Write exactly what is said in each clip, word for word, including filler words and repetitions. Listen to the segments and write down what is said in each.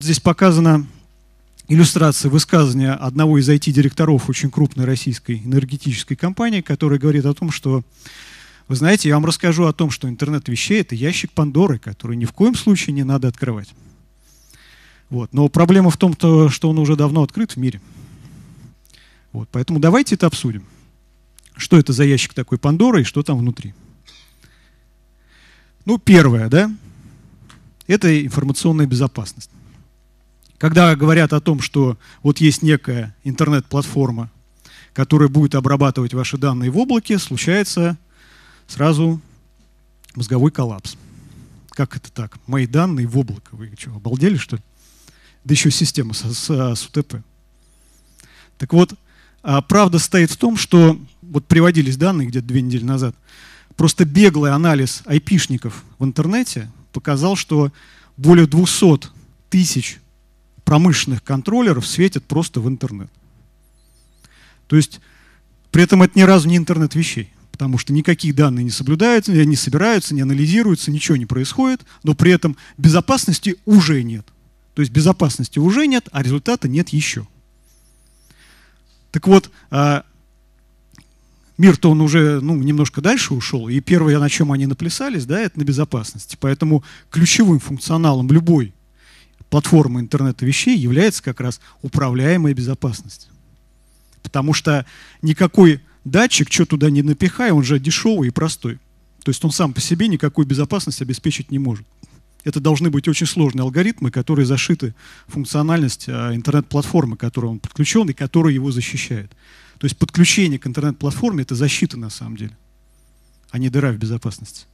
здесь показана иллюстрация высказывания одного из ай ти-директоров очень крупной российской энергетической компании, который говорит о том, что, вы знаете, я вам расскажу о том, что интернет вещей — это ящик Пандоры, который ни в коем случае не надо открывать. Вот. Но проблема в том, что он уже давно открыт в мире. Вот. Поэтому давайте это обсудим. Что это за ящик такой Пандоры и что там внутри? Ну, первое, да, это информационная безопасность. Когда говорят о том, что вот есть некая интернет-платформа, которая будет обрабатывать ваши данные в облаке, случается сразу мозговой коллапс. Как это так? Мои данные в облако. Вы что, обалдели, что ли? Да еще система с, с, с УТП. Так вот, правда стоит в том, что вот приводились данные где-то две недели назад. Просто беглый анализ айпишников в интернете показал, что более двухсот тысяч промышленных контроллеров светят просто в интернет. То есть, при этом это ни разу не интернет вещей, потому что никакие данные не соблюдаются, не собираются, не анализируются, ничего не происходит, но при этом безопасности уже нет. То есть безопасности уже нет, а результата нет еще. Так вот, мир-то он уже ну, немножко дальше ушел, и первое, на чем они наплясались, да, это на безопасности. Поэтому ключевым функционалом любой платформы интернета вещей является как раз управляемая безопасность. Потому что никакой датчик, что туда не напихай, он же дешевый и простой. То есть он сам по себе никакой безопасности обеспечить не может. Это должны быть очень сложные алгоритмы, которые зашиты в функциональность интернет-платформы, к которой он подключен и которая его защищает. То есть подключение к интернет-платформе — это защита на самом деле, а не дыра в безопасности.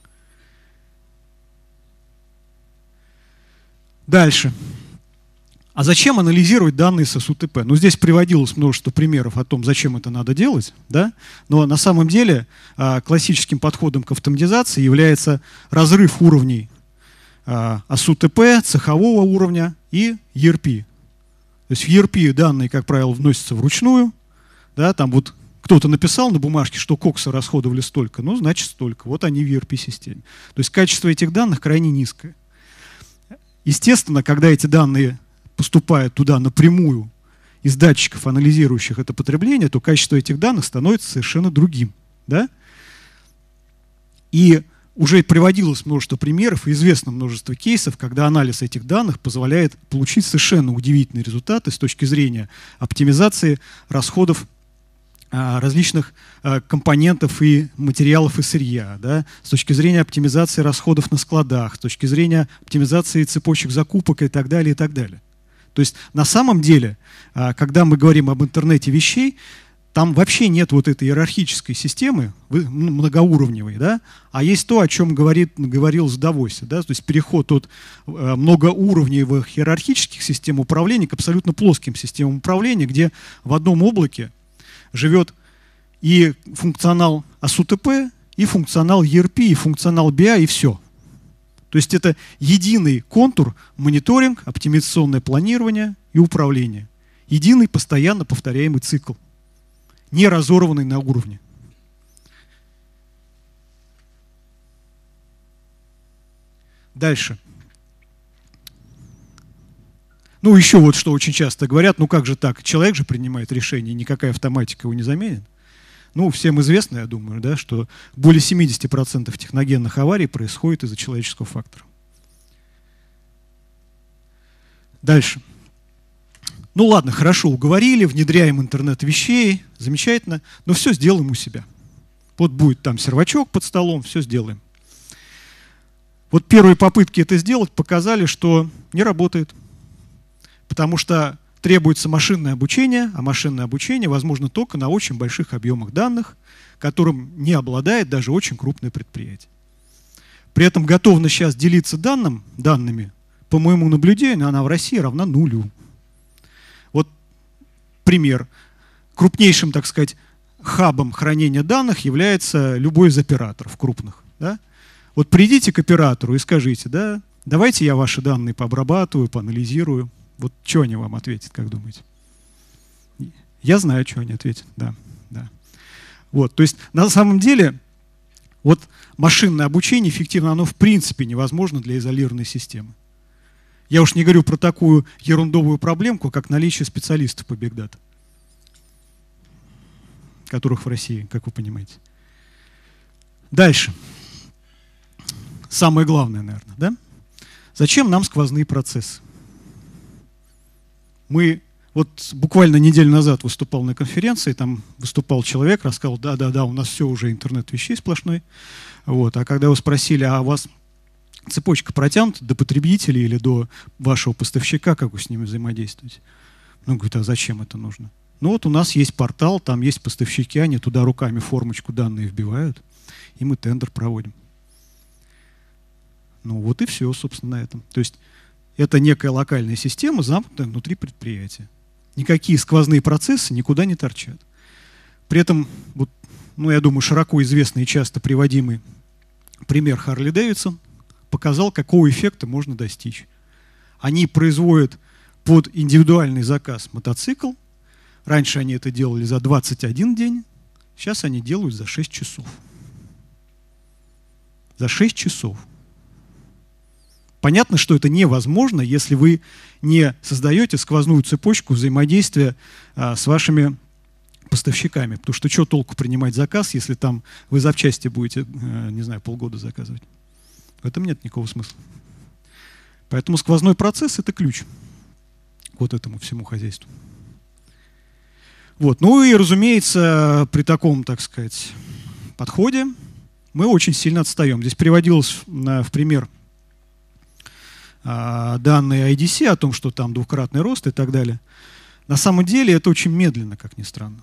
Дальше. А зачем анализировать данные с эс у тэ пэ? Ну, здесь приводилось множество примеров о том, зачем это надо делать, да? Но на самом деле классическим подходом к автоматизации является разрыв уровней эс у тэ пэ, цехового уровня и и эр пи. То есть в и эр пи данные, как правило, вносятся вручную. Да, там вот кто-то написал на бумажке, что кокса расходовали столько, ну, значит, столько. Вот они в и эр пи-системе. То есть качество этих данных крайне низкое. Естественно, когда эти данные поступают туда напрямую из датчиков, анализирующих это потребление, то качество этих данных становится совершенно другим. Да? И уже приводилось множество примеров, и известно множество кейсов, когда анализ этих данных позволяет получить совершенно удивительные результаты с точки зрения оптимизации расходов различных компонентов и материалов и сырья, да, с точки зрения оптимизации расходов на складах, с точки зрения оптимизации цепочек закупок и так далее, и так далее. То есть на самом деле, когда мы говорим об интернете вещей, там вообще нет вот этой иерархической системы, многоуровневой, да, а есть то, о чем говорит, говорил в Давосе, да, то есть переход от многоуровневых иерархических систем управления к абсолютно плоским системам управления, где в одном облаке живет и функционал эс у тэ пэ, и функционал и эр пи, и функционал би ай, и все. То есть это единый контур, мониторинг, оптимизационное планирование и управление. Единый, постоянно повторяемый цикл, не разорванный на уровне. Дальше. Ну, еще вот что очень часто говорят, ну как же так, человек же принимает решение, никакая автоматика его не заменит. Ну, всем известно, я думаю, да, что более семидесяти процентов техногенных аварий происходит из-за человеческого фактора. Дальше. Ну ладно, хорошо, уговорили, внедряем интернет вещей, замечательно, но все сделаем у себя. Вот будет там сервачок под столом, все сделаем. Вот первые попытки это сделать показали, что не работает. Потому что требуется машинное обучение, а машинное обучение возможно только на очень больших объемах данных, которым не обладает даже очень крупное предприятие. При этом готовность сейчас делиться данным, данными, по моему наблюдению, она в России равна нулю. Вот пример. Крупнейшим, так сказать, хабом хранения данных является любой из операторов крупных. Да? Вот придите к оператору и скажите, да, давайте я ваши данные пообрабатываю, поанализирую. Вот что они вам ответят, как думаете? Я знаю, что они ответят, да, да. Вот, то есть на самом деле вот машинное обучение эффективно, оно в принципе невозможно для изолированной системы. Я уж не говорю про такую ерундовую проблемку, как наличие специалистов по бигдата, которых в России, как вы понимаете. Дальше. Самое главное, наверное, да? Зачем нам сквозные процессы? Мы, вот буквально неделю назад выступал на конференции, там выступал человек, рассказал, да-да-да, у нас все уже интернет вещей сплошной. Вот. А когда его спросили, а у вас цепочка протянута до потребителей или до вашего поставщика, как вы с ними взаимодействуете? Ну, говорит, а зачем это нужно? Ну вот у нас есть портал, там есть поставщики, они туда руками формочку данные вбивают, и мы тендер проводим. Ну вот и все, собственно, на этом. То есть это некая локальная система, замкнутая внутри предприятия. Никакие сквозные процессы никуда не торчат. При этом, вот, ну, я думаю, широко известный и часто приводимый пример Харли Дэвидсон показал, какого эффекта можно достичь. Они производят под индивидуальный заказ мотоцикл. Раньше они это делали за двадцать один день, сейчас они делают за шесть часов. За шесть часов. Понятно, что это невозможно, если вы не создаете сквозную цепочку взаимодействия а, с вашими поставщиками. Потому что что толку принимать заказ, если там вы запчасти будете, а, не знаю, полгода заказывать. В этом нет никакого смысла. Поэтому сквозной процесс – это ключ к вот этому всему хозяйству. Вот. Ну и, разумеется, при таком, так сказать, подходе мы очень сильно отстаем. Здесь приводилось в пример данные ай ди си о том, что там двукратный рост и так далее. На самом деле это очень медленно, как ни странно.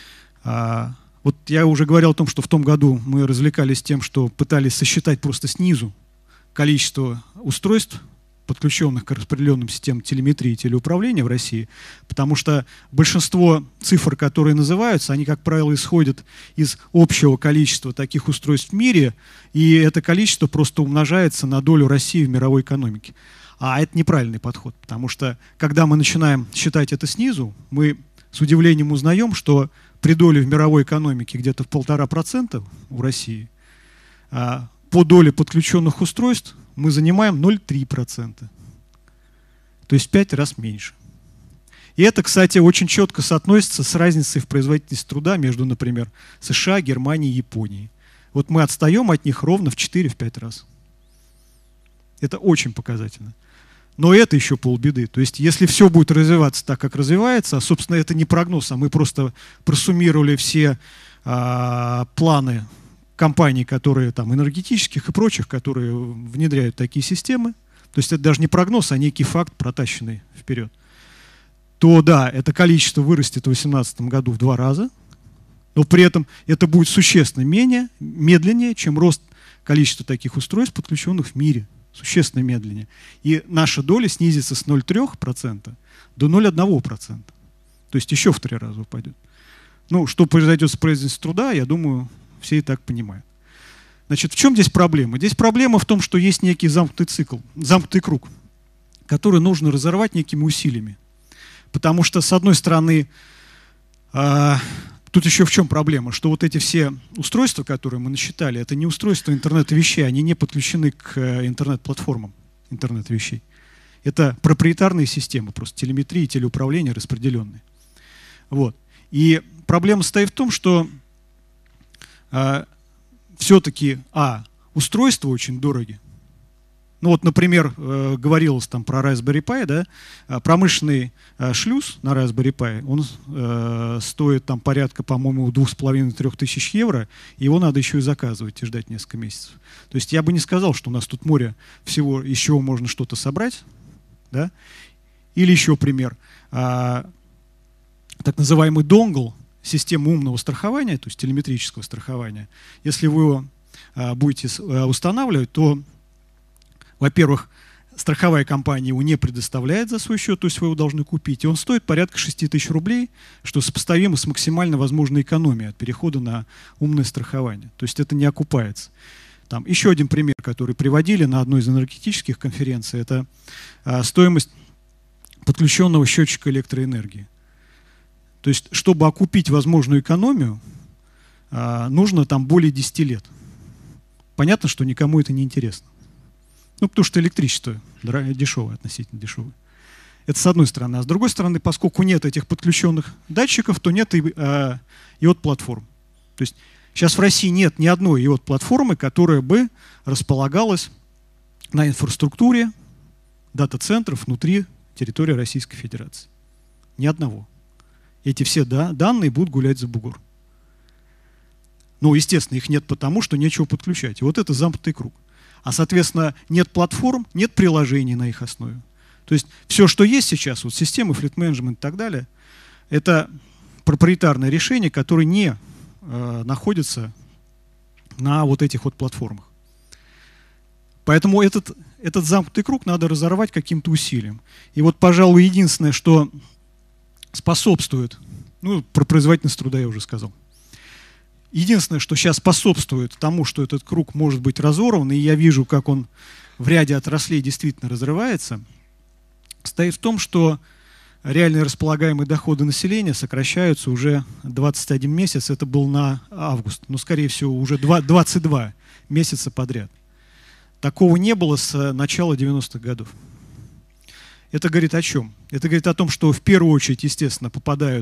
Вот я уже говорил о том, что в том году мы развлекались тем, что пытались сосчитать просто снизу количество устройств, подключенных к распределенным системам телеметрии и телеуправления в России, потому что большинство цифр, которые называются, они, как правило, исходят из общего количества таких устройств в мире, и это количество просто умножается на долю России в мировой экономике. А это неправильный подход, потому что, когда мы начинаем считать это снизу, мы с удивлением узнаем, что при доле в мировой экономике где-то в полтора процента у России, а по доле подключенных устройств мы занимаем ноль целых три десятых процента. То есть в пять раз меньше. И это, кстати, очень четко соотносится с разницей в производительности труда между, например, США, Германией и Японией. Вот мы отстаем от них ровно в четыре-пять раз. Это очень показательно. Но это еще полбеды. То есть если все будет развиваться так, как развивается, а, собственно, это не прогноз, а мы просто просуммировали все а, планы компаний, которые там энергетических и прочих, которые внедряют такие системы, то есть это даже не прогноз, а некий факт, протащенный вперед, то да, это количество вырастет в две тысячи восемнадцатом году в два раза, но при этом это будет существенно менее, медленнее, чем рост количества таких устройств, подключенных в мире. Существенно медленнее. И наша доля снизится с ноль целых три десятых процента до ноль целых одна десятая процента. То есть еще в три раза упадет. Ну, что произойдет с производительностью труда, я думаю, все и так понимают. Значит, в чем здесь проблема? Здесь проблема в том, что есть некий замкнутый цикл, замкнутый круг, который нужно разорвать некими усилиями. Потому что, с одной стороны, э, тут еще в чем проблема, что вот эти все устройства, которые мы насчитали, это не устройства интернета вещей, они не подключены к интернет-платформам интернета вещей. Это проприетарные системы, просто телеметрии, телеуправления распределенные. Вот. И проблема состоит в том, что Uh, все-таки, а, устройства очень дороги. Ну вот, например, uh, говорилось там про Raspberry Pi, да, uh, промышленный uh, шлюз на Raspberry Pi, он uh, стоит там порядка, по-моему, двух с половиной — трёх тысяч евро, и его надо еще и заказывать и ждать несколько месяцев. То есть я бы не сказал, что у нас тут море всего, из чего можно что-то собрать, да. Или еще пример. Uh, так называемый донгл, систему умного страхования, то есть телеметрического страхования, если вы его а, будете а, устанавливать, то, во-первых, страховая компания его не предоставляет за свой счет, то есть вы его должны купить, и он стоит порядка шести тысяч рублей, что сопоставимо с максимально возможной экономией от перехода на умное страхование. То есть это не окупается. Там еще один пример, который приводили на одной из энергетических конференций, это а, стоимость подключенного счетчика электроэнергии. То есть, чтобы окупить возможную экономию, нужно там более десяти лет. Понятно, что никому это не интересно. Ну, потому что электричество дешевое, относительно дешевое. Это с одной стороны. А с другой стороны, поскольку нет этих подключенных датчиков, то нет и, э, и от платформ. То есть сейчас в России нет ни одной и от платформы, которая бы располагалась на инфраструктуре дата-центров внутри территории Российской Федерации. Ни одного. Эти все да, данные будут гулять за бугор. Ну, естественно, их нет потому, что нечего подключать. И вот это замкнутый круг. А, соответственно, нет платформ, нет приложений на их основе. То есть все, что есть сейчас, вот системы, флит-менеджмент и так далее, это проприетарное решение, которое не э, находится на вот этих вот платформах. Поэтому этот, этот замкнутый круг надо разорвать каким-то усилием. И вот, пожалуй, единственное, что способствует, ну, про производительность труда я уже сказал. Единственное, что сейчас способствует тому, что этот круг может быть разорван, и я вижу, как он в ряде отраслей действительно разрывается, стоит в том, что реальные располагаемые доходы населения сокращаются уже двадцать один месяц, это был на август, но, скорее всего, уже двадцать два месяца подряд. Такого не было с начала девяностых годов. Это говорит о чем? Это говорит о том, что в первую очередь, естественно, попадают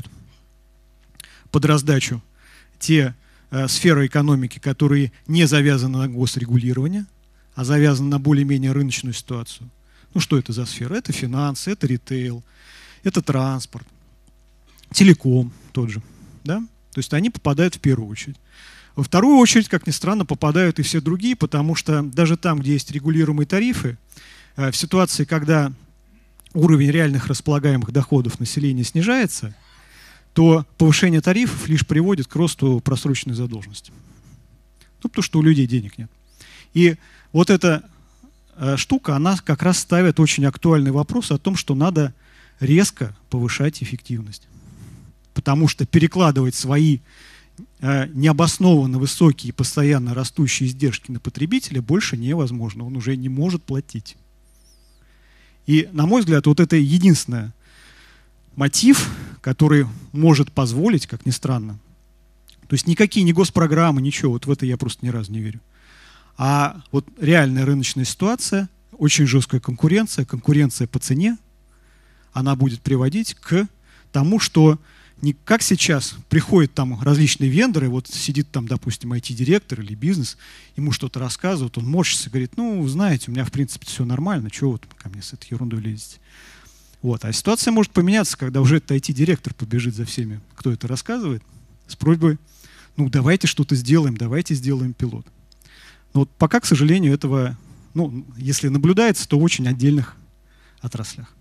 под раздачу те э, сферы экономики, которые не завязаны на госрегулирование, а завязаны на более-менее рыночную ситуацию. Ну что это за сфера? Это финансы, это ритейл, это транспорт, телеком тот же. Да? То есть они попадают в первую очередь. Во вторую очередь, как ни странно, попадают и все другие, потому что даже там, где есть регулируемые тарифы, в ситуации, когда уровень реальных располагаемых доходов населения снижается, то повышение тарифов лишь приводит к росту просроченной задолженности. Ну, потому что у людей денег нет. И вот эта штука, она как раз ставит очень актуальный вопрос о том, что надо резко повышать эффективность. Потому что перекладывать свои необоснованно высокие и постоянно растущие издержки на потребителя больше невозможно. Он уже не может платить. И, на мой взгляд, вот это единственный мотив, который может позволить, как ни странно, то есть никакие не госпрограммы, ничего, вот в это я просто ни разу не верю. А вот реальная рыночная ситуация, очень жесткая конкуренция, конкуренция по цене, она будет приводить к тому, что не как сейчас приходят там различные вендоры, вот сидит там, допустим, ай ти-директор или бизнес, ему что-то рассказывают, он морщится, говорит, ну, знаете, у меня, в принципе, все нормально, чего вы ко мне с этой ерундой лезете? Вот. А ситуация может поменяться, когда уже этот ай ти-директор побежит за всеми, кто это рассказывает, с просьбой, ну, давайте что-то сделаем, давайте сделаем пилот. Но вот пока, к сожалению, этого, ну, если наблюдается, то в очень отдельных отраслях.